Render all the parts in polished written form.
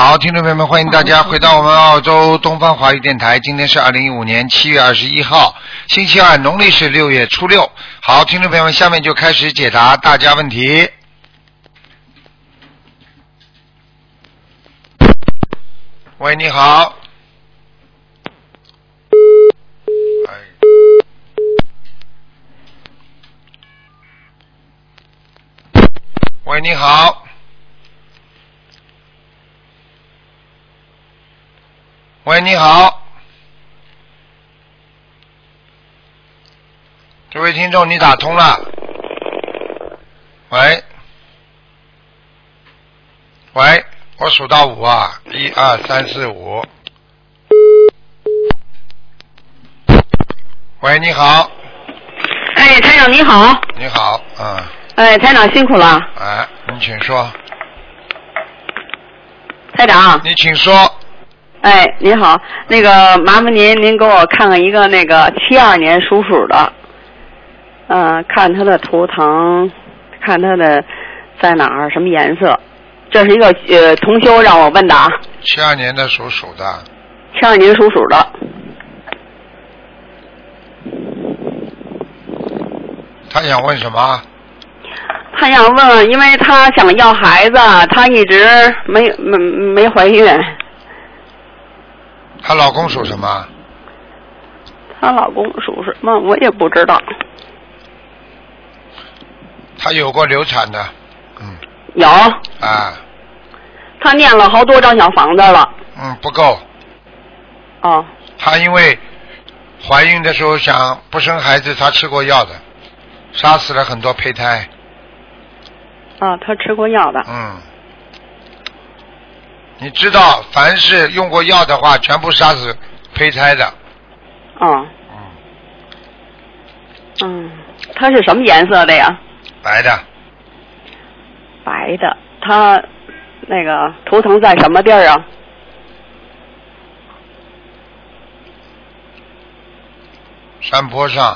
好，听众朋友们，欢迎大家回到我们澳洲东方华语电台。今天是2015年7月21号，星期二，农历是6月初6。好，听众朋友们，下面就开始解答大家问题。喂，你好。喂，你好。喂，你好，这位听众，你打通了。喂，喂，我数到5啊，1、2、3、4、5。喂，你好。 哎，台长你好。 你好，嗯。 哎，台长辛苦了。 哎，你请说。 台长。 你请说。 哎，你好，那个麻烦您给我看看一个那个72年属鼠的，看他的图腾，看他的在哪儿，什么颜色？这是一个同修让我问的啊。 72年的属鼠的。 72年属鼠的。 他想问什么？ 他想问，因为他想要孩子，他一直没怀孕。 她老公属什么？ 她老公属什么？我也不知道。 她有过流产的， 有。 啊。 她念了好多张小房子了。 不够。 哦。 她因为怀孕的时候想不生孩子，她吃过药的，杀死了很多胚胎。 啊，她吃过药的。 你知道，凡是用过药的话，全部杀死胚胎的。 它是什么颜色的呀？ 白的。 白的，它那个图腾在什么地儿啊？ 山坡上。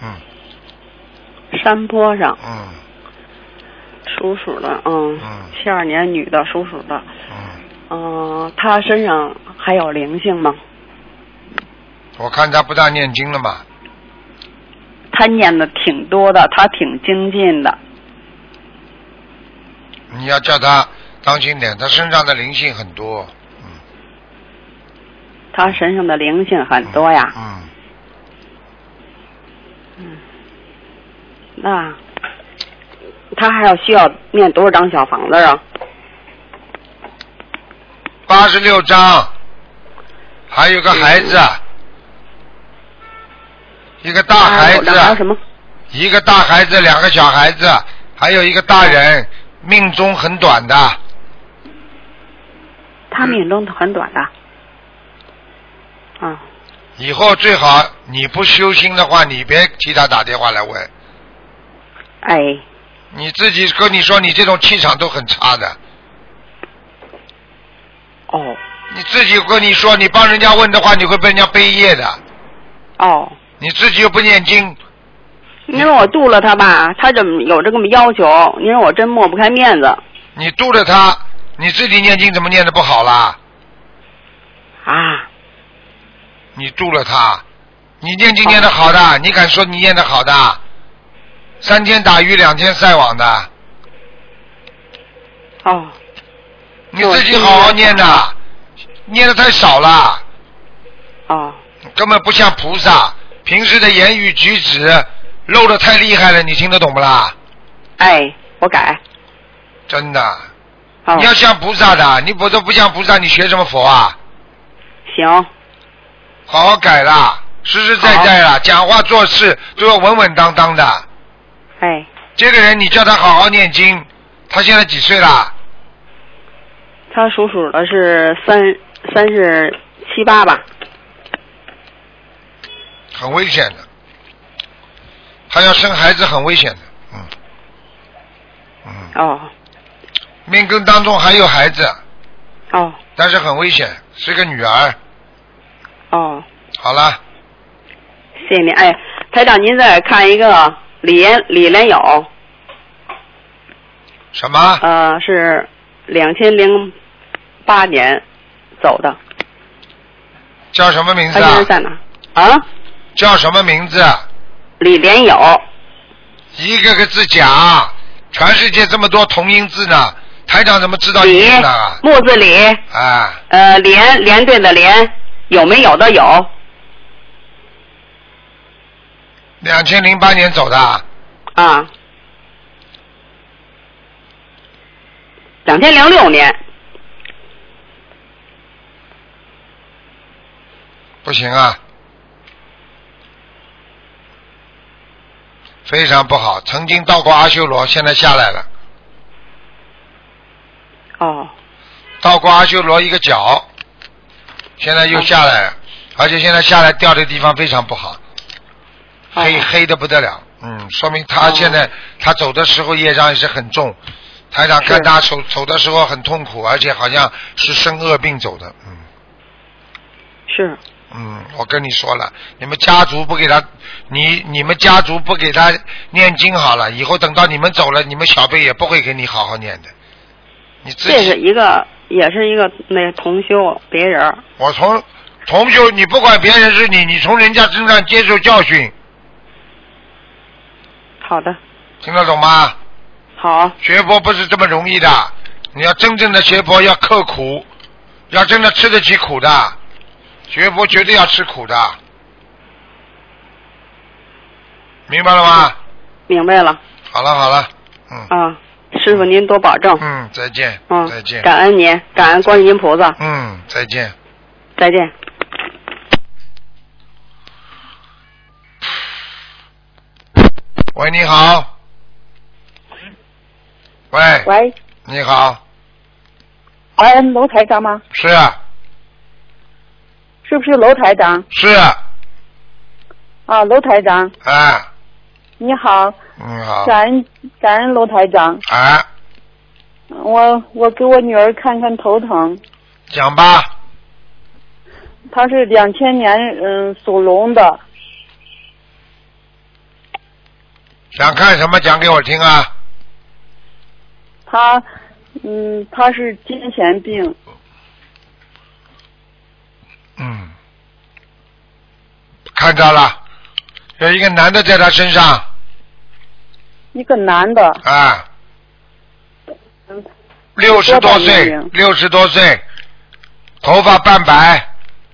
山坡上。属鼠的，72年女的，属鼠的。他身上还有灵性吗？ 我看他不大念经了嘛。 他念的挺多的，他挺精进的。 你要叫他当心点，他身上的灵性很多。 他身上的灵性很多呀。那他还需要念多少张小房子啊 ？86张，还有个孩子，一个大孩子，一个大孩子，2个小孩子，还有一个大人，命中很短的。 他命中很短的。 以后最好你不修心的话，你别替他打电话来问。你自己跟你说，你这种气场都很差的。你自己跟你说，你帮人家问的话，你会被人家背业的。你自己又不念经。 你说我度了他吧，他怎么有这么要求？你说我真抹不开面子。 你度了他，你自己念经怎么念得不好啦？你度了他，你念经念得好的，你敢说你念得好的？3天打鱼2天晒网的。你自己好好念的，念得太少了。根本不像菩萨，平时的言语举止漏得太厉害了，你听得懂不啦？ 我改。 真的。你要像菩萨的，你不像菩萨，你学什么佛啊？ 行。 好好改啦，实实在在啦，讲话做事都要稳稳当当的。这个人你叫他好好念经，他现在几岁啦？ 他属鼠的是37、8吧。 很危险的，他要生孩子很危险的。命根当中还有孩子。但是很危险，是个女儿。好了。 谢谢您。台长您再看一个李连友。 什么？ 是2008 2008年走的。 叫什么名字他现在在哪？啊？ 叫什么名字？ 李连友。 一个个字讲，全世界这么多同音字呢，台长怎么知道音呢？ 木字李。 啊。 连队的连，有没有的有。 2008年走的。 啊。2006年。 不行啊，非常不好。曾经到过阿修罗，现在下来了。 哦。 到过阿修罗一个角，现在又下来了，而且现在下来掉的地方非常不好，黑的不得了。说明他现在他走的时候业障也是很重。台长看他走的时候很痛苦，而且好像是生恶病走的。 是。 我跟你说了，你们家族不给他，你们家族不给他念经好了，以后等到你们走了，你们小辈也不会给你好好念的。你自己这是一个，也是一个那同修别人。 我同修，你不管别人是你从人家身上接受教训。 好的。 听得懂吗？ 好。 学佛不是这么容易的，你要真正的学佛要刻苦，要真的吃得起苦的。学佛绝对要吃苦的，明白了吗？ 明白了。 好了。 师傅您多保重。 再见。再见。 感恩您，感恩观世音菩萨。 再见。 再见。 喂，你好。 喂。 你好。 楼台长吗？ 是啊。 是不是楼台长？ 是。 楼台长。你好。 你好。 感恩楼台长。我给我女儿看看头疼。 讲吧。 她是2000年属龙的。 想看什么讲给我听啊？ 她是癫痫病。 看到了，有一个男的在他身上。 一个男的。 60多岁，头发半白，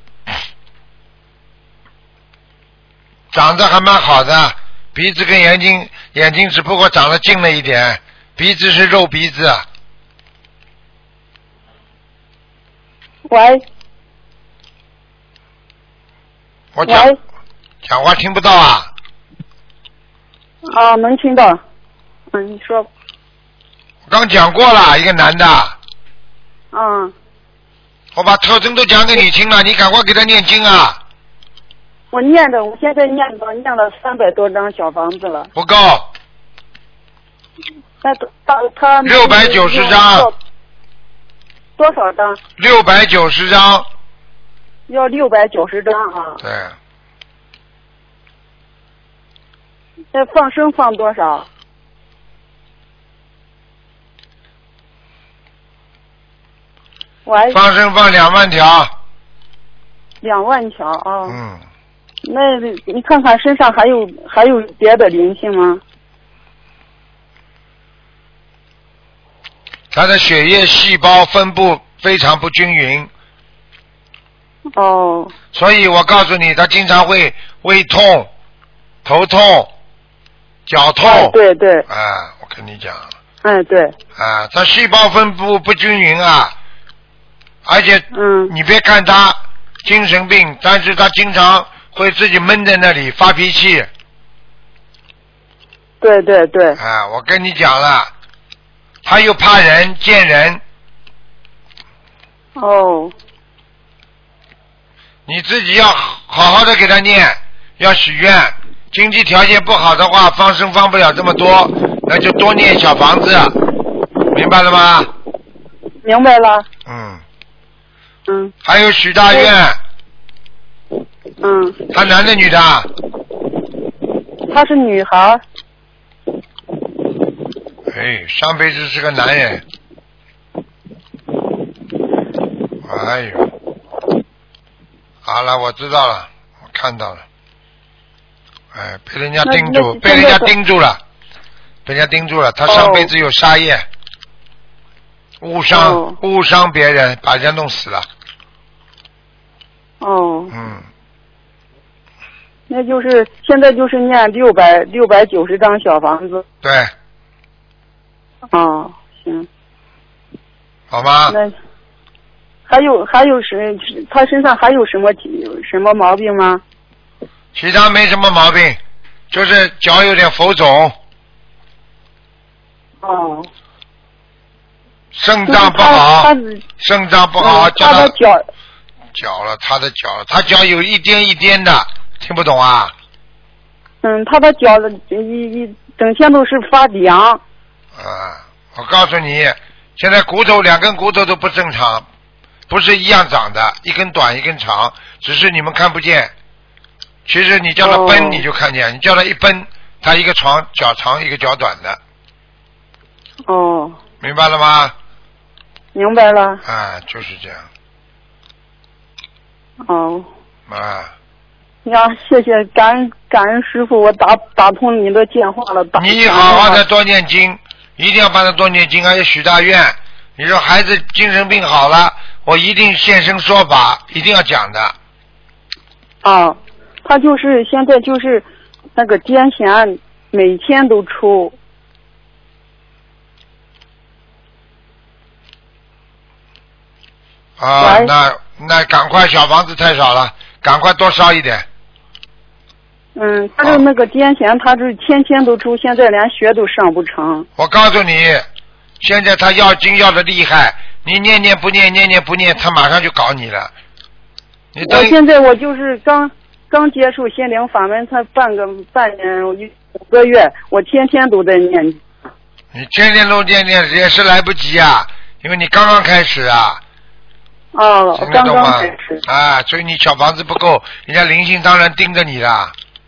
长得还蛮好的，鼻子跟眼睛只不过长得近了一点，鼻子是肉鼻子。 喂。 我讲话听不到啊？ 能听到。你说。 我刚讲过了，一个男的。我把特征都讲给你听了，你赶快给他念经啊！ 我现在念了300多张小房子了。 不够。 他 690张。 多少张 ？690张。 要690张啊。 对。 那放生放多少？ 放生放2万条。 2万条啊。那你看看身上还有别的灵性吗？ 他的血液细胞分布非常不均匀。所以我告诉你，他经常会胃痛、头痛、脚痛。 对。 我跟你讲。 对。 他细胞分布不均匀啊，而且你别看他精神病，但是他经常会自己闷在那里发脾气。 对。 我跟你讲了，他又怕人见人。你自己要好好的给他念，要许愿。经济条件不好的话，放生放不了这么多，那就多念小房子，明白了吗？ 明白了。 还有许大愿。他男的女的？ 他是女孩。 上辈子是个男人。 哎呦，好了，我知道了，我看到了。哎，被人家盯住，被人家盯住了，被人家盯住了。他上辈子有杀业，误伤别人，把人家弄死了。 哦。 嗯。 那就是现在就是念690张小房子。 对。 哦，行。 好吗？ 那还有他身上还有什么毛病吗？ 其他没什么毛病，就是脚有点浮肿。 哦。 肾脏不好，肾脏不好， 他的脚了，他的脚，他脚有一颠一颠的，听不懂啊？ 他的脚整天都是发凉。 啊，我告诉你，现在2根骨头都不正常，不是一样长的，一根短一根长，只是你们看不见。其实你叫他奔你就看见，你叫他一奔，他一个脚长一个脚短的。 哦。 明白了吗？ 明白了。 啊，就是这样。 哦。 啊。 呀，谢谢，感恩师傅，我打通你的电话了。 你好好的多念经，一定要帮他多念经，而且许大愿。你说孩子精神病好了，我一定现身说法，一定要讲的。 啊，他就是现在就是那个癫痫，每天都出。 啊，那赶快，小房子太少了，赶快多烧一点。 他就那个癫痫，他是天天都出，现在连学都上不成。 我告诉你，现在他要经要的厉害，你念念不念，他马上就搞你了。 我现在我就是刚接触心灵法门，才半年5个月，我天天都在念。 你天天都念也是来不及啊，因为你刚刚开始啊。 哦，刚刚开始。 啊，所以你小房子不够，人家灵性当然盯着你了。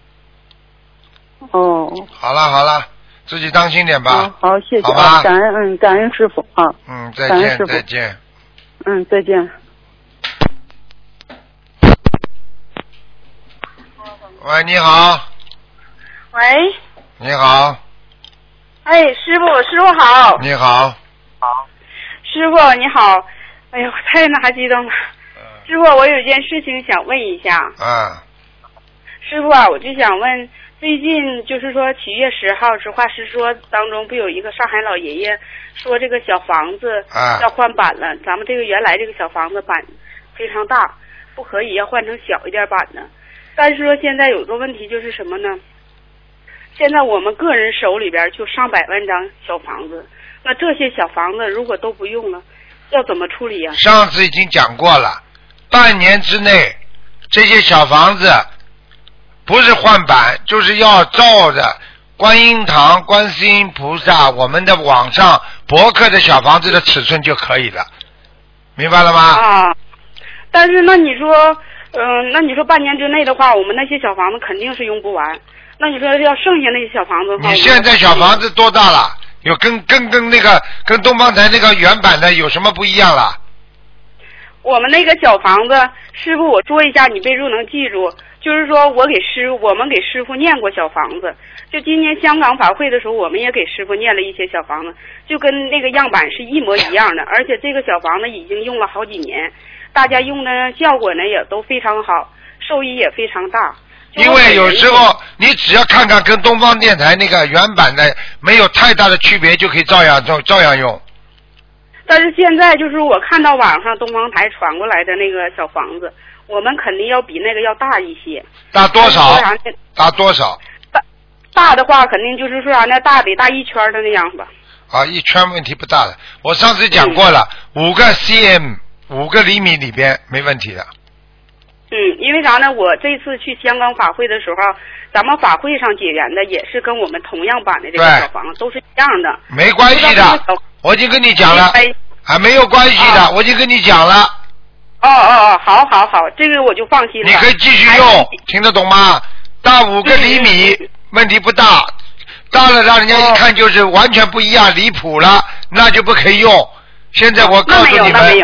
哦。 好了，自己当心点吧。 好，谢谢。 好吧。 感恩师傅啊。 再见。再见。 再见。 喂，你好。 喂。 你好。 哎，师傅好。 你好。 好。师傅你好，哎呦，太拿激动了。师傅，我有件事情想问一下。师傅啊，我就想问，最近就是说7月10号，实话实说当中不有一个上海老爷爷说这个小房子要换版了，咱们这个原来这个小房子版非常大，不可以，要换成小一点版的。但是说现在有个问题就是什么呢？现在我们个人手里边就上百万张小房子，那这些小房子如果都不用了，要怎么处理呀？ 上次已经讲过了，半年之内这些小房子不是换版，就是要照着观音堂、观世音菩萨我们的网上博客的小房子的尺寸就可以了，明白了吗？ 啊，但是那你说半年之内的话，我们那些小房子肯定是用不完。那你说要剩下那些小房子的话， 你现在小房子多大了？有跟那个跟东方台那个原版的有什么不一样了？ 我们那个小房子，师傅我说一下，你备注能记住。就是说我们给师傅念过小房子，就今年香港法会的时候，我们也给师傅念了一些小房子，就跟那个样板是一模一样的。而且这个小房子已经用了好几年，大家用的效果呢也都非常好，受益也非常大。 因为有时候你只要看看跟东方电台那个原版的没有太大的区别，就可以照样用。 但是现在就是我看到网上东方台传过来的那个小房子，我们肯定要比那个要大一些。 大多少？大多少？ 大的话肯定就是说啥呢？大得大1圈的那样吧。 啊，1圈问题不大的。我上次讲过了，5个 cm， 5个厘米里边没问题的。 因为啥呢？我这次去香港法会的时候，咱们法会上结缘的也是跟我们同样版的这个小房子都是一样的。 没关系的，我已经跟你讲了，还没有关系的，我已经跟你讲了。 好，这个我就放心了。 你可以继续用，听得懂吗？大5个厘米，问题不大，大了让人家一看就是完全不一样，离谱了，那就不可以用。现在我告诉你们，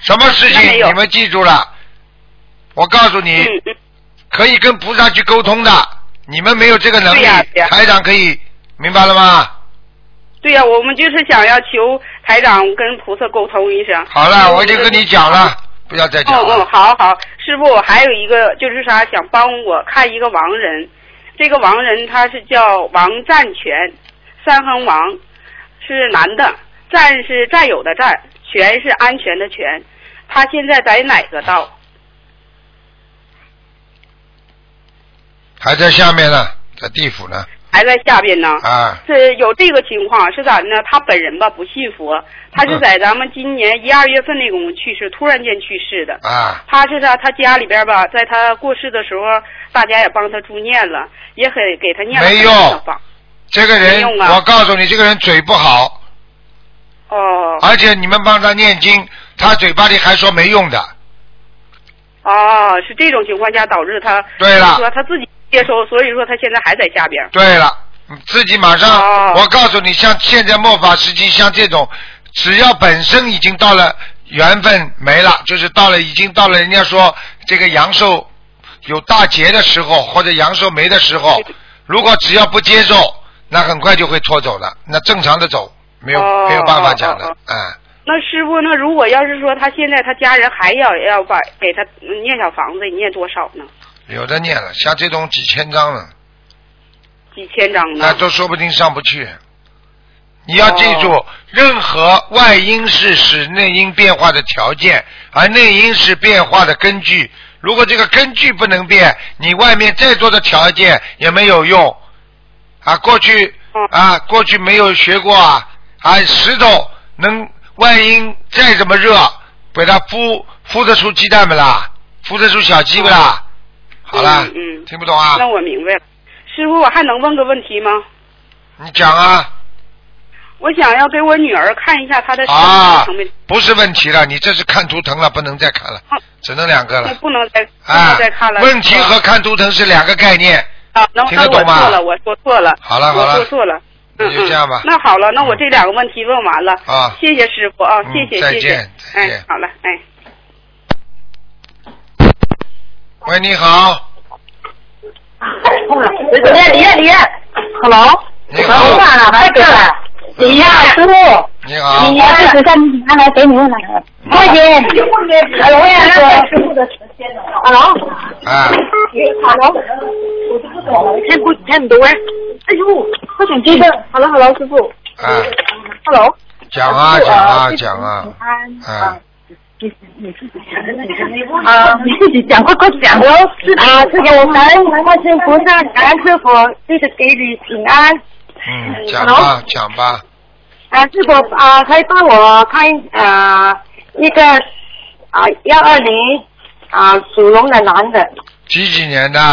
什么事情你们记住了？我告诉你，可以跟菩萨去沟通的，你们没有这个能力，台长可以，明白了吗？ 对呀，我们就是想要求台长跟菩萨沟通一声。 好了，我已经跟你讲了，不要再讲了。 好，师傅，我还有一个就是啥，想帮我看一个亡人。这个亡人他是叫王占全，三横王，是男的，占是占有的占，全是安全的全。他现在在哪个道？ 还在下面呢，在地府呢。 还在下边呢。 啊。 是有这个情况是咋的呢？他本人吧不信佛，他是在咱们今年1、2月份那个去世，突然间去世的。 啊。 他是啥？他家里边吧，在他过世的时候，大家也帮他助念了，也给他念了。 没用。这个人，我告诉你，这个人嘴不好。 哦。 而且你们帮他念经，他嘴巴里还说没用的。 哦，是这种情况下导致他。 对了。 说他自己接收，所以说他现在还在下边。 对了，自己马上，我告诉你，像现在末法时期，像这种，只要本身已经到了缘分没了，就是已经到了人家说这个阳寿有大劫的时候，或者阳寿没的时候，如果只要不接受，那很快就会拖走了，那正常的走，没有办法讲的， 那师傅，那如果要是说他现在他家人还要给他念小房子，念多少呢？ 有的念了，像这种几千张了。 几千张呢？ 那都说不定上不去。你要记住，任何外因是使内因变化的条件，而内因是变化的根据。如果这个根据不能变，你外面再多的条件也没有用。过去没有学过石头能外因再怎么热，给它孵得出鸡蛋不啦？孵得出小鸡不啦？好了，听不懂啊？ 那我明白了。师傅，我还能问个问题吗？ 你讲啊。 我想要给我女儿看一下她的身体层面。 不是问题了，你这是看图腾了，不能再看了，只能2个了。 不能再看了。 问题和看图腾是2个概念。听得懂吗？我说错了。 好了， 我说错了。 那就这样吧。 那好了，那我这2个问题问完了。谢谢师傅谢谢。 再见。 好了， 喂，你好。 李，Hello。 你好。 李呀，师傅。 你好。 你要是只看你拿来给你问了。快点。我也那个师傅的时间了。Hello。Hello。我就不懂了，看不懂哎。哎呦，快点接着。Hello，师傅。Hello。 讲啊。 你自己讲，快讲哦！这个我感恩南无观世音菩萨，感恩师傅，弟子给你平安。 讲吧。 师傅可以帮我看一个120属龙的男的。 几年的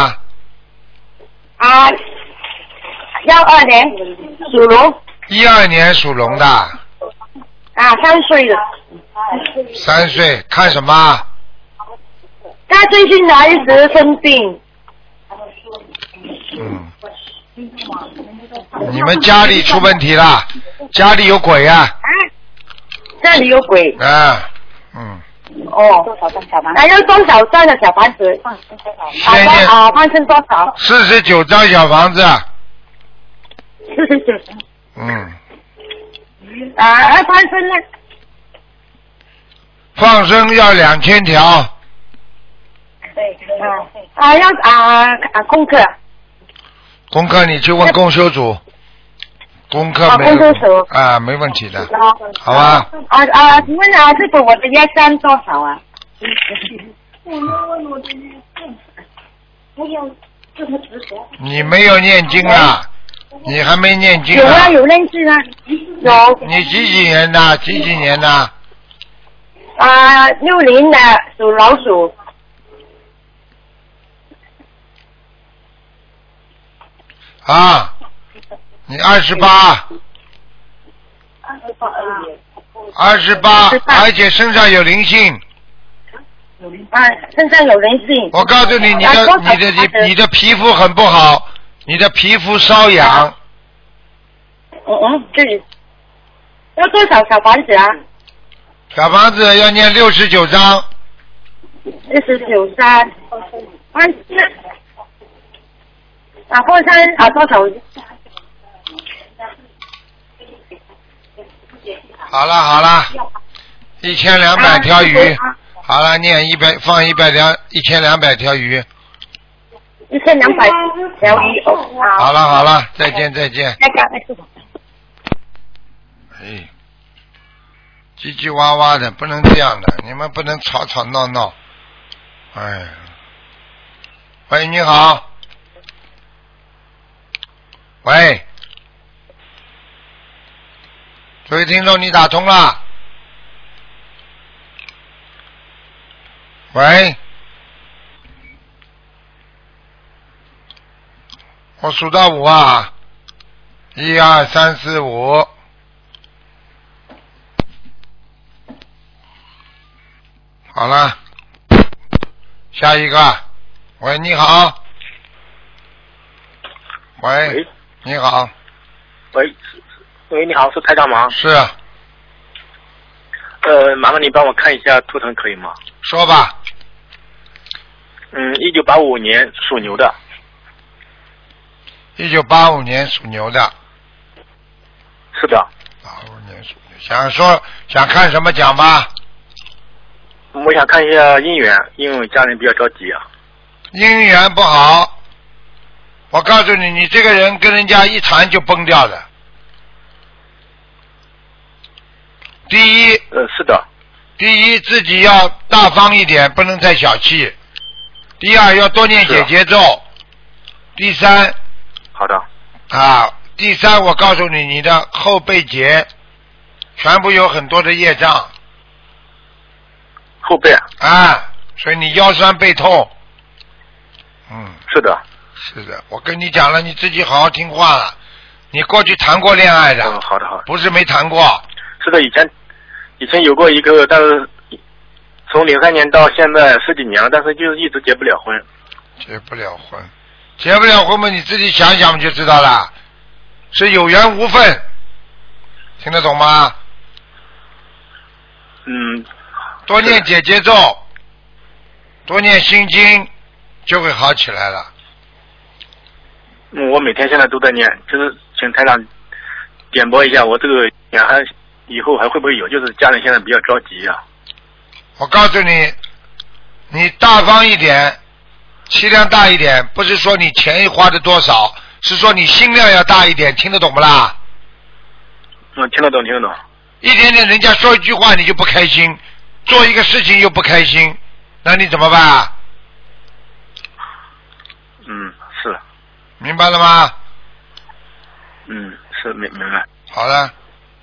？12年属龙。 12年属龙的。 3岁的。 3岁，看什么？ 他最近一直生病。 你们家里出问题了，家里有鬼啊！ 家里有鬼。 多少张小房子？ 要多少张的小房子？翻身多少 ？49张小房子。 49张。翻身呢？ 放生要2000条。 对。 要功课。 功课你去问公修组。功课没没问题的。好吧。 请问师傅，我的业障多少啊？ 你没有念经啊？你还没念经啊？ 有念经啊。有。 你几年的 ？60的属老鼠。 你28，而且身上有灵性。 身上有灵性。 我告诉你，你的皮肤很不好，你的皮肤瘙痒。 对。要多少小房子啊？ 小房子要念69章。 69章。后山多少？ 好了，1200条鱼。好了，念放1200条鱼。 1200条鱼。 好了，再见。哎，叽叽哇哇的，不能这样的，你们不能吵吵闹闹。哎，喂，你好。喂，这位听众，你打通了。喂，我数到5啊，1、2、3、4、5。好了，下一个。喂，你好。喂，你好。 喂，你好，是台长吗？ 是。 麻烦你帮我看一下图腾可以吗？ 说吧。 1985年属牛的。 1985年属牛的。 是的。 85年属牛，想看什么讲吧？ 我想看一下姻缘，因为家人比较着急啊。 姻缘不好，我告诉你，你这个人跟人家一谈就崩掉了。第一， 是的。 第一，自己要大方一点，不能太小气。第二，要多念解结咒。第三， 好的。 第三，我告诉你，你的后背节全部有很多的业障。 后背。 所以你腰酸背痛。 是的。 是的，我跟你讲了，你自己好好听话了。你过去谈过恋爱的。 好的。 不是没谈过。 是的，以前有过一个，但是从03年到现在10几年了，但是就是一直结不了婚。 结不了婚嘛，你自己想想就知道了，是有缘无分，听得懂吗？多念解结咒，多念心经，就会好起来了。 我每天现在都在念，就是请台长点拨一下，我这个以后还会不会有？就是家人现在比较着急啊。 我告诉你，你大方一点，气量大一点，不是说你钱花的多少，是说你心量要大一点，听得懂不啦？ 听得懂。 一点点人家说一句话你就不开心，做一个事情又不开心，那你怎么办啊？ 是。 明白了吗？ 是明白。 好了。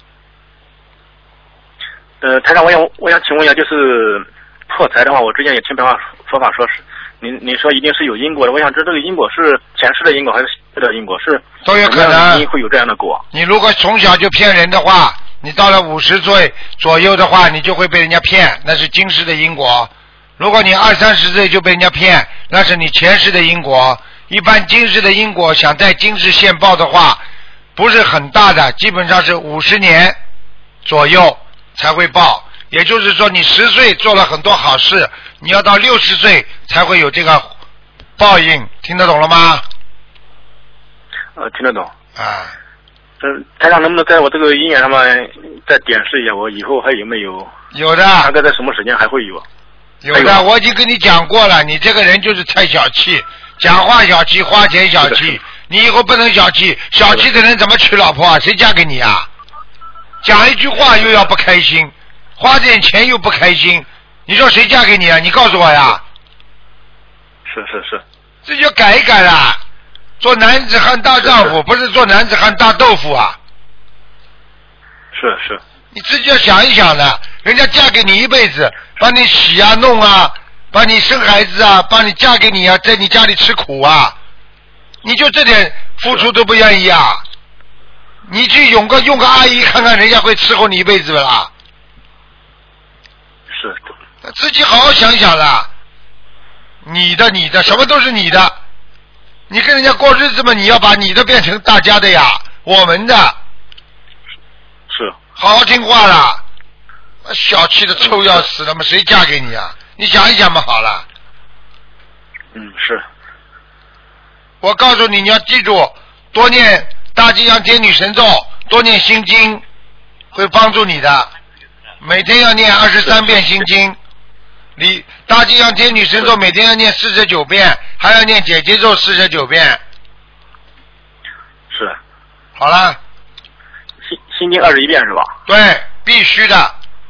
台长，我想请问一下，就是破财的话，我之前也听佛法说是，您说一定是有因果的，我想知道这个因果是前世的因果还是现世的因果，是都有可能会有这样的果。 你如果从小就骗人的话，你到了50岁左右的话，你就会被人家骗，那是今世的因果。如果你20、30岁就被人家骗，那是你前世的因果。一般今世的因果想在今世现报的话，不是很大的，基本上是50年左右才会报。也就是说你10岁做了很多好事，你要到60岁才会有这个报应，听得懂了吗？ 听得懂。台长能不能在我这个姻缘上面再点示一下，我以后还有没有？ 有的。 大概在什么时间还会有？ 有的，我已经跟你讲过了，你这个人就是太小气，讲话小气，花钱小气，你以后不能小气，小气的人怎么娶老婆啊？谁嫁给你啊？讲一句话又要不开心，花点钱又不开心，你说谁嫁给你啊？你告诉我呀。 是。 这就改一改啦，做男子汉大丈夫，不是做男子汉大豆腐啊。 是。 你自己要想一想的，人家嫁给你一辈子，帮你洗啊弄啊，帮你生孩子啊，帮你嫁给你啊，在你家里吃苦啊，你就这点付出都不愿意啊？你去用个阿姨看看，人家会伺候你一辈子啦？ 是。 自己好好想想啦。你的，什么都是你的。你跟人家过日子嘛，你要把你的变成大家的呀，我们的。 是。 好好听话啦。 小气的臭要死了嘛，谁嫁给你啊？你想一想嘛，好了。 是。 我告诉你，你要记住，多念大吉祥天女神咒，多念心经，会帮助你的。每天要念23遍心经。你大吉祥天女神咒每天要念49遍，还要念姐姐咒49遍。 是。 好了。 心经21遍是吧？ 对，必须的。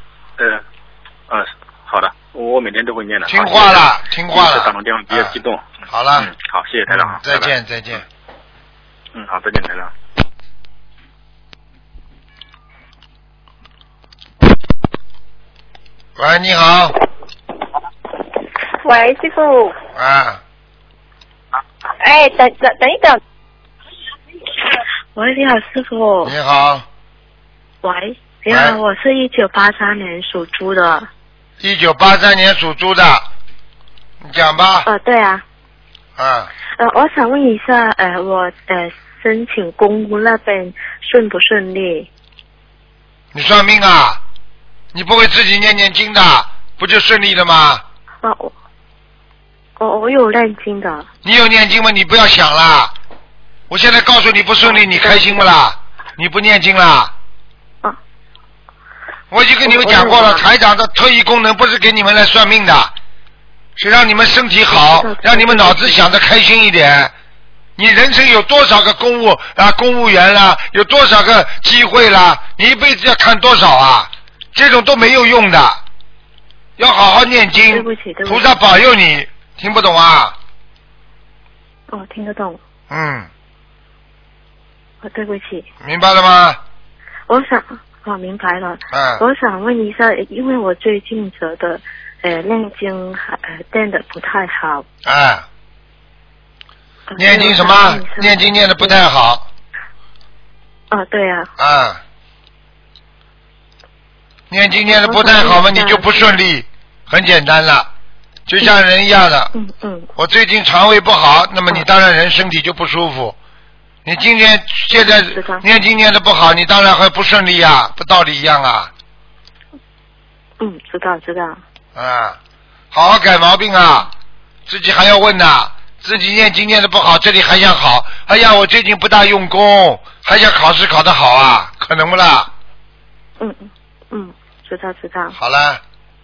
好的，我每天都会念的。 听话了，听话了。 打通电话比较激动。 好了。 好，谢谢台长。 再见，再见。 好，再见，台长。 喂，你好。 喂，师傅。等一等。喂，你好，师傅。 你好。 喂，你好，我是1983年属猪的。 1983年属猪的，你讲吧。 对啊。我想问一下，我申请公屋那边顺不顺利？ 你算命啊？你不会自己念经的，不就顺利了吗？ 我有念经的。 你有念经吗？你不要想啦。我现在告诉你不顺利，你开心不啦？你不念经啦？我已经跟你们讲过了，台长的特异功能不是给你们来算命的，是让你们身体好，让你们脑子想得开心一点。你人生有多少个公务员啦，有多少个机会啦，你一辈子要看多少啊？这种都没有用的，要好好念经。 对不起， 菩萨保佑你。听不懂啊？ 听得懂。对不起。 明白了吗？ 明白了。我想问一下，因为我最近觉得念经念得不太好。 念经什么？念经念得不太好。 对啊。 念经念得不太好嘛，你就不顺利，很简单了，就像人一样的。我最近肠胃不好，那么你当然人身体就不舒服。你现在念经念得不好，你当然会不顺利啊，不道理一样啊。 知道。 好好改毛病啊，自己还要问呐，自己念经念得不好，这里还想好，哎呀，我最近不大用功，还想考试考得好啊，可能不啦？ 知道。 好了。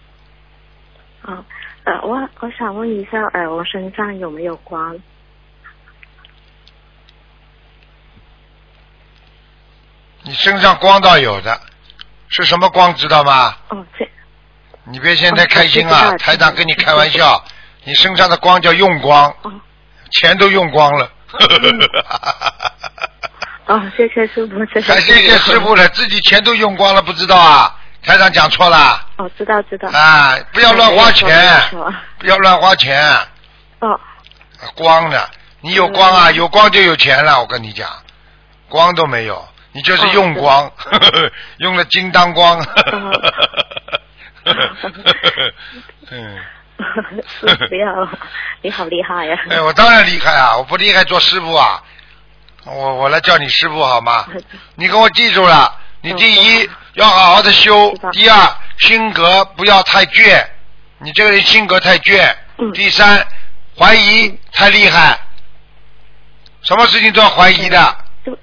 我想问一下，我身上有没有光？ 你身上光倒有的，是什么光知道吗？你别现在开心啊，台长跟你开玩笑，你身上的光叫用光，钱都用光了。 谢谢师傅， 谢谢师傅了，自己钱都用光了，不知道啊？台长讲错了。 知道。 不要乱花钱，不要乱花钱。光呢？你有光啊？有光就有钱了，我跟你讲，光都没有。你就是用光，用了金当光。 不要，你好厉害呀！ 我当然厉害啊，我不厉害做师傅啊，我来叫你师傅好吗？你跟我记住了，你第一要好好的修，第二性格不要太倔，你这个人性格太倔。第三，怀疑太厉害，什么事情都要怀疑的。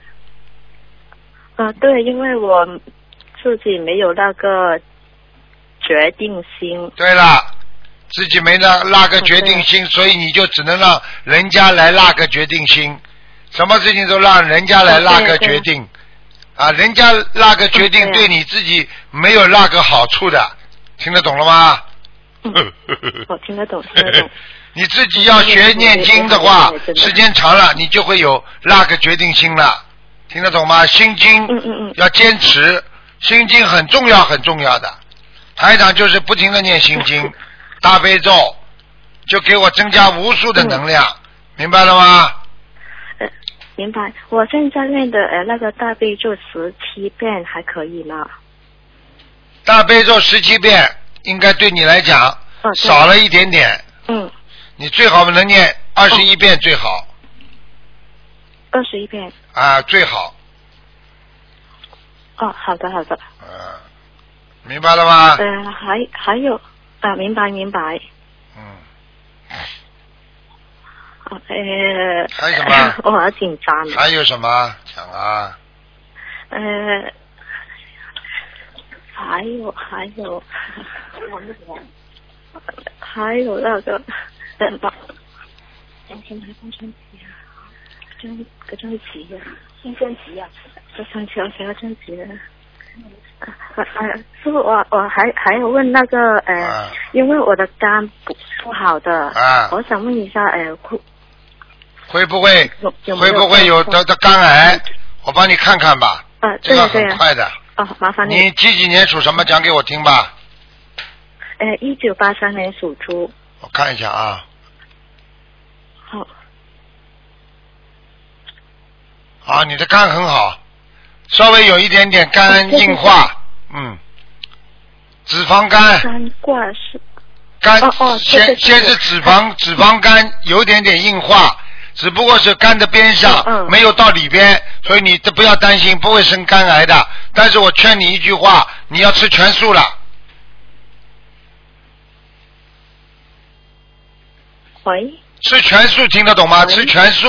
对，因为我自己没有那个决定心。 对了，自己没那个决定心，所以你就只能让人家来那个决定心，什么事情都让人家来那个决定。人家那个决定对你自己没有那个好处的，听得懂了吗？ 我听得懂。 你自己要学念经的话，时间长了你就会有那个决定心了。听得懂吗？心经要坚持，心经很重要的。台长就是不停的念心经，大悲咒就给我增加无数的能量，明白了吗？ 明白。我现在念的那个大悲咒17遍还可以吗？ 大悲咒17遍应该对你来讲少了一点点。你最好能念21遍最好。 21遍。 最好。 好的。 明白了吗？ 还有明白。 还有什么？ 我好紧张。 还有什么？讲啊。 还有那个真急啊！先生急啊！这生气要真急了。师傅，我还有问那个因为我的肝不好的，我想问一下， 会不会有得肝癌？我帮你看看吧。这个很快的。 麻烦你。 你几年属什么？讲给我听吧。 1983年属猪。 我看一下啊。 好。 啊，你的肝很好，稍微有一点点肝硬化，脂肪肝。肝先是脂肪肝有点点硬化，只不过是肝的边上，没有到里边，所以你这不要担心，不会生肝癌的。但是我劝你一句话，你要吃全素了。 喂。 吃全素听得懂吗？吃全素。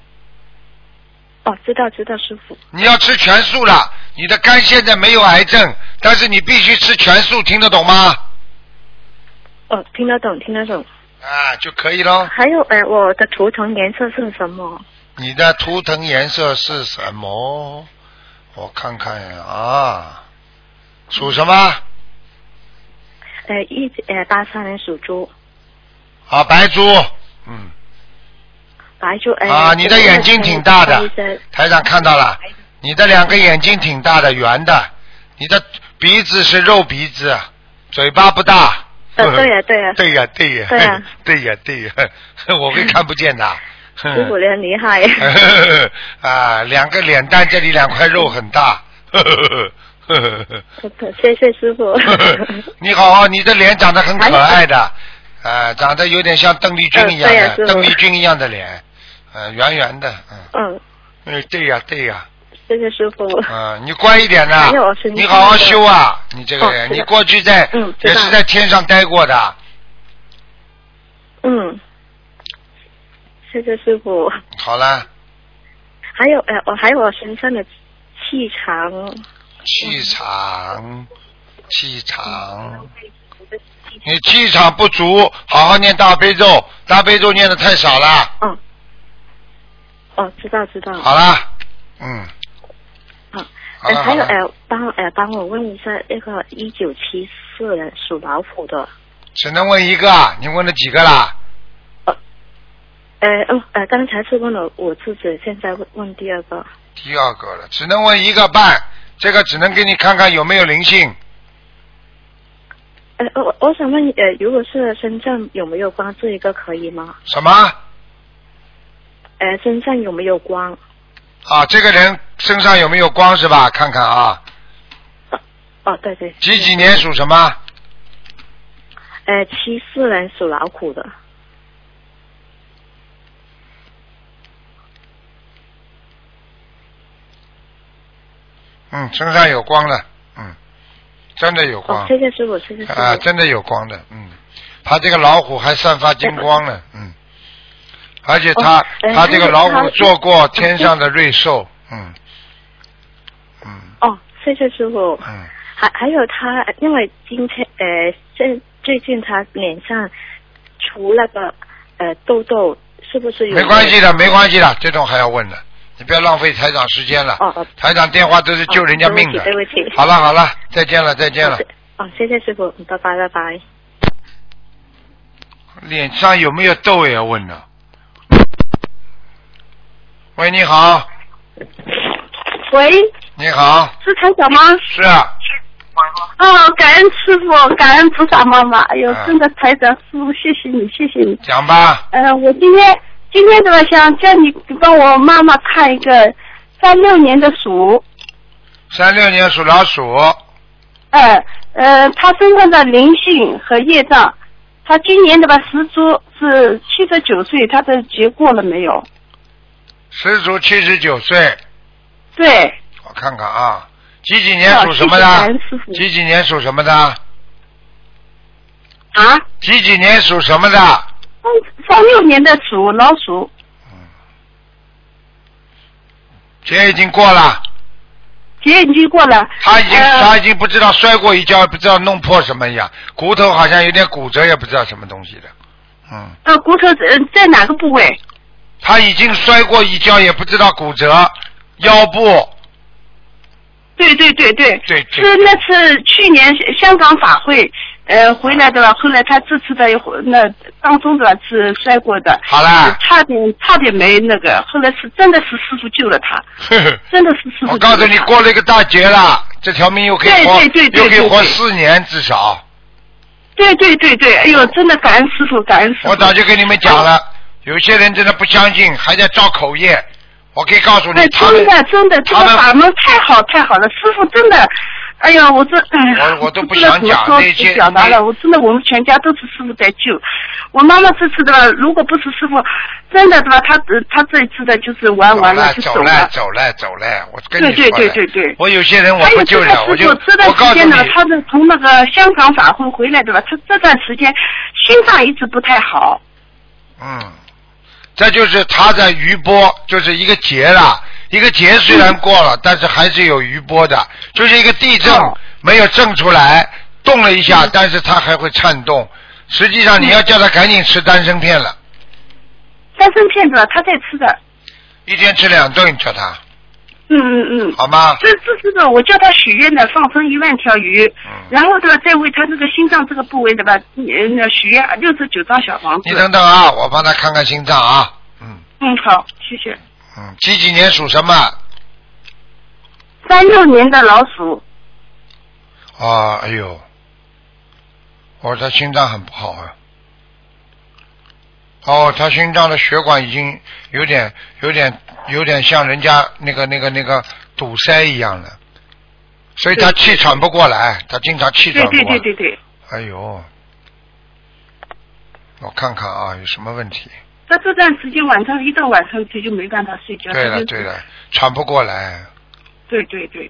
知道师傅。 你要吃全素了，你的肝现在没有癌症，但是你必须吃全素，听得懂吗？ 听得懂。 就可以了。 还有我的图腾颜色是什么？ 你的图腾颜色是什么？我看看啊，属什么 ？83年属猪。 白猪。 白猪。 你的眼睛挺大的，台长看到了，你的2个眼睛挺大的，圆的，你的鼻子是肉鼻子，嘴巴不大。 对呀， 我会看不见的。 师傅你很厉害。 2个脸蛋这里2块肉很大。 谢谢师傅。 你好，你的脸长得很可爱的，长得有点像邓丽君一样的，邓丽君一样的脸，圆圆的。对呀。 谢谢师傅。 你乖一点呐，你好好修啊！你这个人，你过去也是在天上待过的。 谢谢师傅。 好了。 还有还有我身上的气场。 你气场不足，好好念大悲咒，大悲咒念的太少了。 知道。 好了。 还有帮我问一下那个1974年属老虎的。 只能问一个，你问了几个啦？ 刚才是问了我自己，现在问第二个。 第二个了，只能问1个半，这个只能给你看看有没有灵性。 我想问如果是身上有没有光，这一个可以吗？ 什么？ 身上有没有光？ 这个人身上有没有光是吧？看看啊。 对。 几年属什么 ？74年属老虎的。 身上有光了，真的有光。 谢谢师傅，谢谢师傅。 真的有光的，他这个老虎还散发金光呢，而且他这个老虎做过天上的瑞兽， 谢谢师傅。还有他，因为今天最近他脸上除那个痘痘，是不是有？ 没关系的，这种还要问的，你不要浪费台长时间了。台长电话都是救人家命的。 对不起。 好了，再见了。 谢谢师傅，拜拜。 脸上有没有痘也要问的。喂，你好。 喂。 你好。 是台长吗？ 是啊。 感恩师傅，感恩菩萨妈妈。哎呦，真的台长师傅，谢谢你。 讲吧。 我今天的想叫你帮我妈妈看一个36年的鼠。 36年属老鼠。 他身上的灵性和业障，他今年十足是79岁，他的节过了没有？ 十足79岁。 对。 我看看啊几几年属什么的？几几年属什么的？啊？几几年属什么的 ？36年的属老鼠。 节已经过了。 节已经过了。 他已经不知道摔过一跤，不知道弄破什么一样，骨头好像有点骨折，也不知道什么东西的。 骨头在哪个部位？ 他已经摔过一跤，也不知道骨折，腰部。 对，是那次去年香港法会回来的吧？后来他这次的那当中的是摔过的。 好了。 差点没那个，后来真的是师傅救了他。真的是师傅救了他。 我告诉你，过了一个大劫了，这条命又可以活，又可以活4年至少。 对，哎呦，真的感恩师傅，感恩师傅。 我早就跟你们讲了，有些人真的不相信，还在造口业。我可以告诉你， 真的，这个法门太好了，师傅真的，哎呀，我都不想讲那些表达了，我真的，我们全家都是师傅在救。我妈妈这次的吧，如果不是师傅，真的对吧？她这一次的就是完了就走了， 我跟你说对， 我有些人我不救了，我就这段时间呢，他是从那个香港法会回来的吧？他这段时间心脏一直不太好。 这就是他在余波，就是一个劫了，一个劫虽然过了，但是还是有余波的，就是一个地震没有震出来，动了一下，但是他还会颤动。实际上你要叫他赶紧吃丹参片了。 丹参片子他在吃的。 一天吃2顿，叫他。好吗？ 这是的，我叫他许愿的，放生1万条鱼，然后的再为他这个心脏这个部位的吧，许愿69张小房子。 你等等啊，我帮他看看心脏啊。 好，谢谢。 几年属什么 ？36年的老鼠。 哎呦，他心脏很不好啊。他心脏的血管已经有点像人家那个堵塞一样了，所以他气喘不过来，他经常气喘不过来。 对。 哎呦，我看看啊，有什么问题？ 他这段时间晚上一到晚上就没办法睡觉。 对了，喘不过来。 对。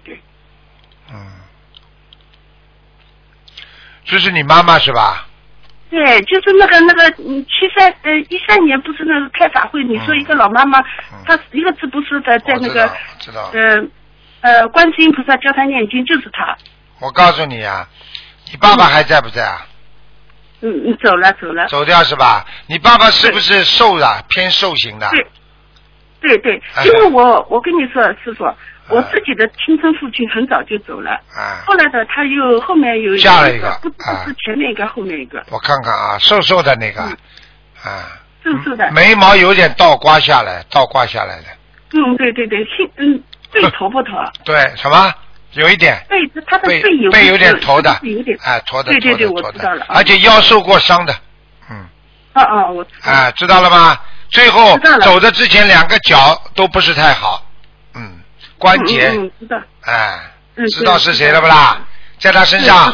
这是你妈妈是吧？ 对，就是那个13年不是那个开法会，你说一个老妈妈，她一个字不是在那个知道观世音菩萨教她念经，就是她。 我告诉你啊，你爸爸还在不在啊？ 走了。 走掉是吧？你爸爸是不是瘦的，偏瘦型的？ 对，因为我跟你说，师傅。我自己的亲生父亲很早就走了，后来的他后面有嫁了一个， 不是前面一个，后面一个。 我看看啊，瘦瘦的那个， 瘦的， 眉毛有点倒挂下来的。 对，背头不头？ 对，什么？有一点。 他的背有点头的， 有点。 驼的。 对，我知道了。 而且腰受过伤的， 我知道。 知道了吗？最后走的之前2个脚都不是太好。关节， 知道， 知道是谁了不啦？在他身上，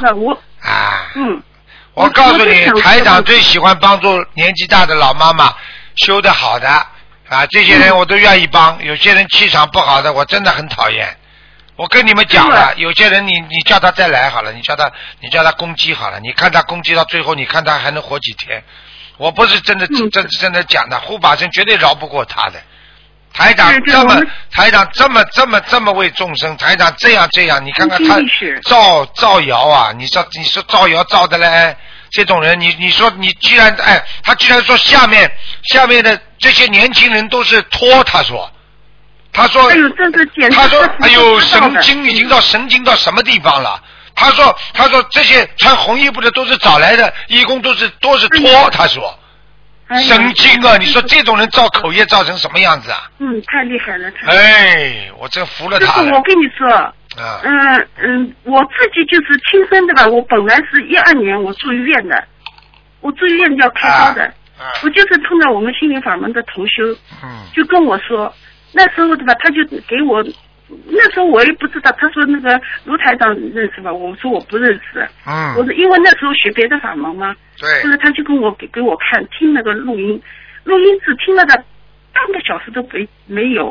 我告诉你，台长最喜欢帮助年纪大的老妈妈修得好的这些人我都愿意帮。有些人气场不好的，我真的很讨厌。我跟你们讲了，有些人你叫他再来好了，你叫他攻击好了，你看他攻击到最后，你看他还能活几天？我不是真的讲的，护法神绝对饶不过他的。台长这么为众生，台长这样，你看看他造谣啊！你说造谣造的嘞，这种人，你说你居然他居然说下面的这些年轻人都是托，他说，哎呦，神经已经到神经到什么地方了？他说这些穿红衣服的都是找来的义工，都是托，他说。神经啊！你说这种人造口业造成什么样子啊？ 太厉害了！ 我真服了他了。 我跟你说，我自己就是亲生的吧。我本来是12年我住医院的，我住医院要开刀的。我就是碰到我们心灵法门的同修，就跟我说，那时候对吧，他就给我。那时候我也不知道，他说那个卢台长认识吧？我说我不认识。我说因为那时候学别的法门嘛。 对。 后来他就给我看听那个录音，只听了的半个小时都没有，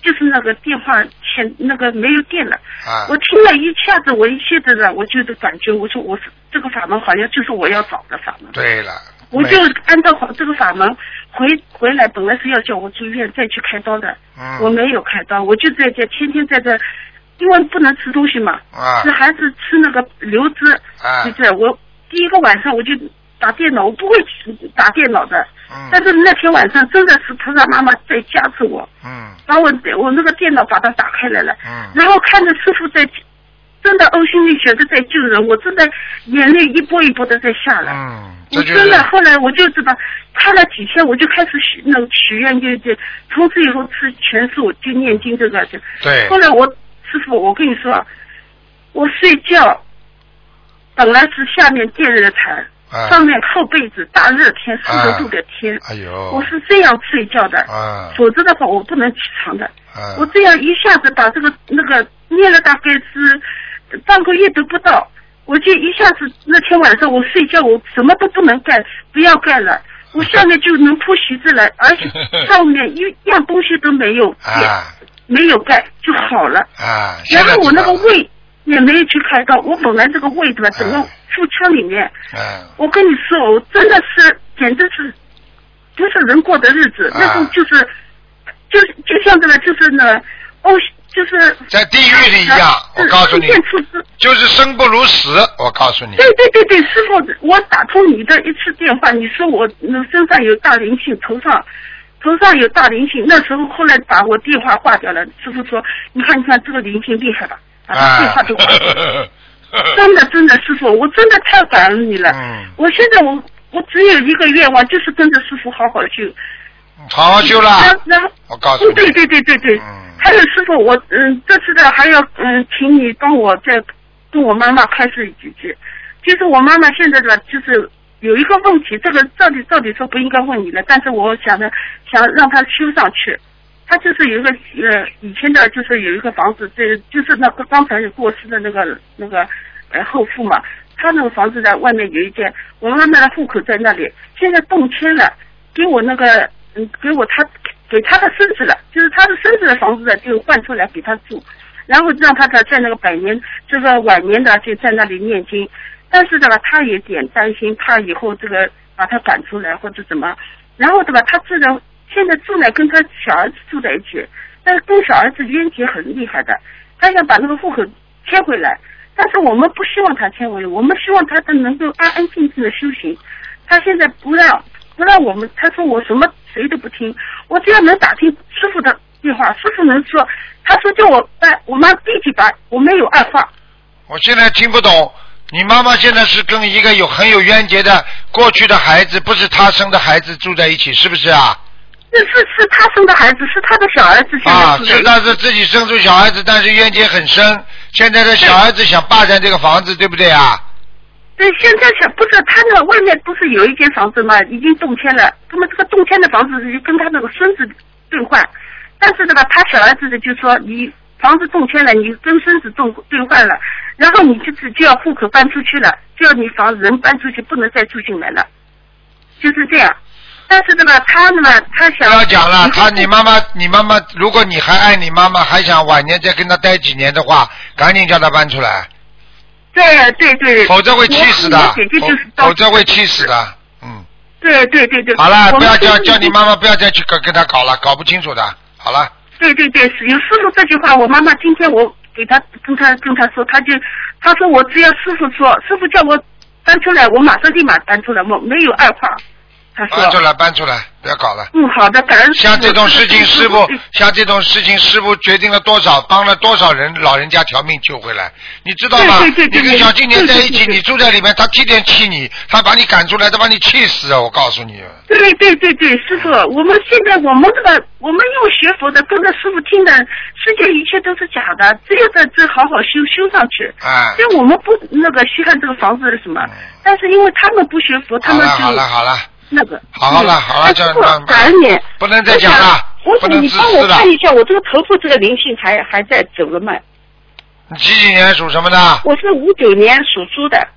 就是那个电话线那个没有电了。我听了一下子，我就感觉，我说这个法门好像就是我要找的法门。 对了。 我就按照这个法门回来，本来是要叫我住院再去开刀的，我没有开刀，我就在这天天在这，因为不能吃东西嘛，还是吃那个流汁，就这我第一个晚上我就打电脑，我不会打电脑的，但是那天晚上真的是菩萨妈妈在加持我，把我那个电脑把它打开来了，然后看着师傅在。真的呕心沥血的在救人，我真的眼泪一波一波的在下来。我真的后来我就知道，看了几天我就开始许愿，就从此以后吃全素，就念经这个。 对。 后来师傅，我跟你说，我睡觉本来是下面电热毯，上面靠被子，大热天40度的天， 哎呦， 我是这样睡觉的，否则的话我不能起床的。我这样一下子把那个念了大概是。半个月都不到，我就一下子那天晚上我睡觉，我什么都不能盖，不要盖了，我下面就能铺席子来，而且上面一样东西都没有没有盖就好了。然后我那个胃也没有去开刀，我本来这个胃对吧，整个腹腔里面，我跟你说，我真的是简直是不是人过的日子，那种就像这个就是呢就是在地狱里一样，我告诉你，就是生不如死。我告诉你， 对，师傅，我打通你的一次电话，你说我身上有大灵性，头上有大灵性。那时候后来把我电话挂掉了，师傅说，你看这个灵性厉害吧，把他电话都挂掉。真的，师傅，我真的太感恩你了。我现在我只有一个愿望，就是跟着师傅好好修。 好好修了，我告诉你。 对。还有师傅，我这次的还要请你帮我再跟我妈妈开示几句。就是我妈妈现在的就是有一个问题，这个照理说不应该问你了，但是我想让她修上去。她就是有一个以前的就是有一个房子，就是那个刚才过世的那个后父嘛，他那个房子在外面有一间，我妈妈的户口在那里，现在动迁了，给我那个给他的孙子了，就是他的孙子的房子的就换出来给他住，然后让他在那个晚年的就在那里念经，但是他也点担心，怕以后这个把他赶出来或者怎么，然后他现在住来跟他小儿子住在一起，但是跟小儿子冤结很厉害的，他想把那个户口迁回来，但是我们不希望他迁回来，我们希望他能够安安静静的修行，他现在不让我们，他说我什么谁都不听，我只要能打听师傅的电话，师傅能说，他说叫我妈立即把，我没有二话。 我现在听不懂，你妈妈现在是跟一个很有冤结的过去的孩子，不是他生的孩子住在一起，是不是啊？ 是他生的孩子，是他的小儿子现在住在一起。 那是自己生出小孩子，但是冤结很深，现在的小孩子想霸占这个房子，对不对啊？ 对，现在不是他那外面不是有一间房子吗？已经动迁了。那么这个动迁的房子就跟他那个孙子兑换，但是他小儿子的就说你房子动迁了，你跟孙子兑换了，然后你就要户口搬出去了，就要你人搬出去，不能再住进来了，就是这样。但是他想不要讲了，你妈妈，如果你还爱你妈妈，还想晚年再跟他待几年的话，赶紧叫他搬出来。 对， 否则会气死的，否则会气死的， 对。 好了，不要叫你妈妈不要再去跟他搞了，搞不清楚的，好了。 对，有师傅这句话，我妈妈今天我给他跟他说，他说我只要师傅说，师傅叫我搬出来，我马上立马搬出来，我没有二话。 搬出来，不要搞了。 好的，感恩。 像这种事情，师傅决定了多少，帮了多少人老人家条命救回来，你知道吗？ 对。 你跟小青年在一起，你住在里面，他天天气你，他把你赶出来，他把你气死啊！我告诉你。 对，师傅，我们现在我们用学佛的，跟着师傅听的，世界一切都是假的，只有在这好好修上去。所以我们不稀罕这个房子是什么，但是因为他们不学佛，他们就好了。好了，这感恩你， 不能再讲了，不能你帮我看一下，我这个头部这个灵性还在走了吗？ 你几年属什么的？ 我是59年属猪的。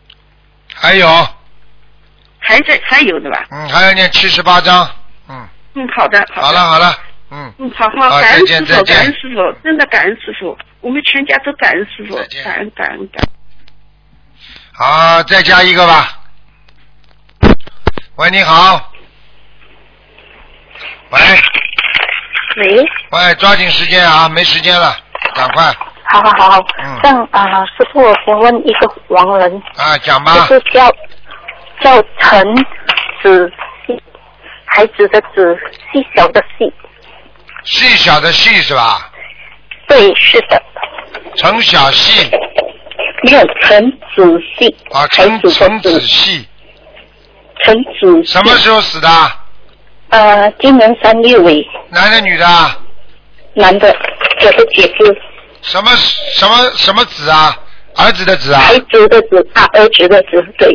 还有。 还有的吧？ 还要念78章。 好的， 好了， 好，感恩师傅，感恩师傅，真的感恩师傅，我们全家都感恩师傅，感恩。 好，再加一个吧。喂，你好。喂，抓紧时间啊，没时间了，赶快。 好。这样师傅，我先问一个亡人。 讲吧。 就是叫陈子细，孩子的子，细小的细。 细小的细是吧？ 对，是的。 陈小细。 没有，陈子细。 陈子细。 陈子。 什么时候死的？ 今年3月尾。 男的女的？ 男的，我的姐夫。 什么子啊？儿子的子啊？ 孩子的子，儿子的子，对。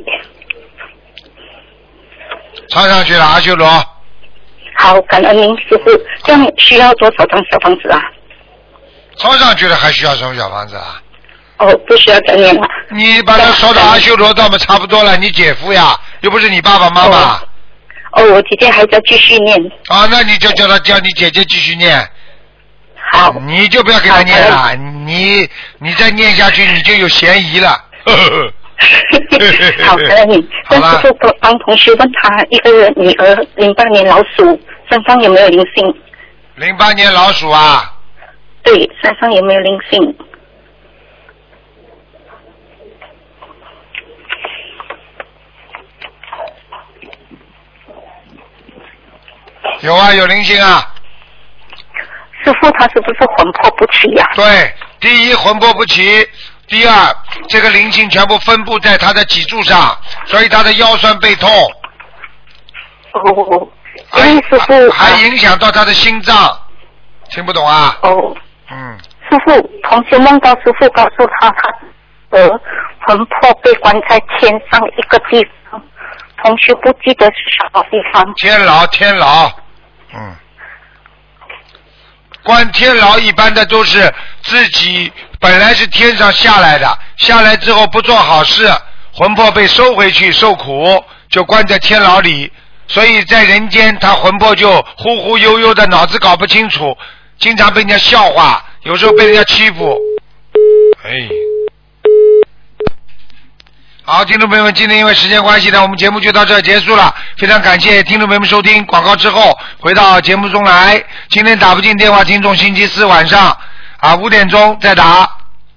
抄上去了，阿修罗。 好，感恩您师傅。这样需要多少张小房子啊？ 抄上去了还需要什么小房子啊？ 不需要再念了。 你把它烧到阿修罗道嘛，差不多了。你姐夫呀，又不是你爸爸妈妈。 我姐姐还在继续念。 那你就叫你姐姐继续念。 好。 你就不要给他念了，你再念下去你就有嫌疑了。 好的，你。但是帮同学问他一个人女儿08年老鼠身上有没有灵性 ？08年老鼠啊？ 对，身上有没有灵性？ 有啊，有灵性啊。 师傅，他是不是魂魄不齐呀？ 对，第一魂魄不齐，第二这个灵性全部分布在他的脊柱上，所以他的腰酸背痛。 师傅还影响到他的心脏，听不懂啊？ 师傅，同学梦到师傅告诉他魂魄被关在天上一个地方，同学不记得是什么地方。 天牢。关天牢一般的都是自己本来是天上下来的，下来之后不做好事，魂魄被收回去受苦，就关在天牢里。所以在人间他魂魄就忽忽悠悠的，脑子搞不清楚，经常被人家笑话，有时候被人家欺负。好，听众朋友们，今天因为时间关系呢，我们节目就到这结束了。非常感谢听众朋友们收听，广告之后回到节目中来。今天打不进电话听众，星期四晚上5点钟再打。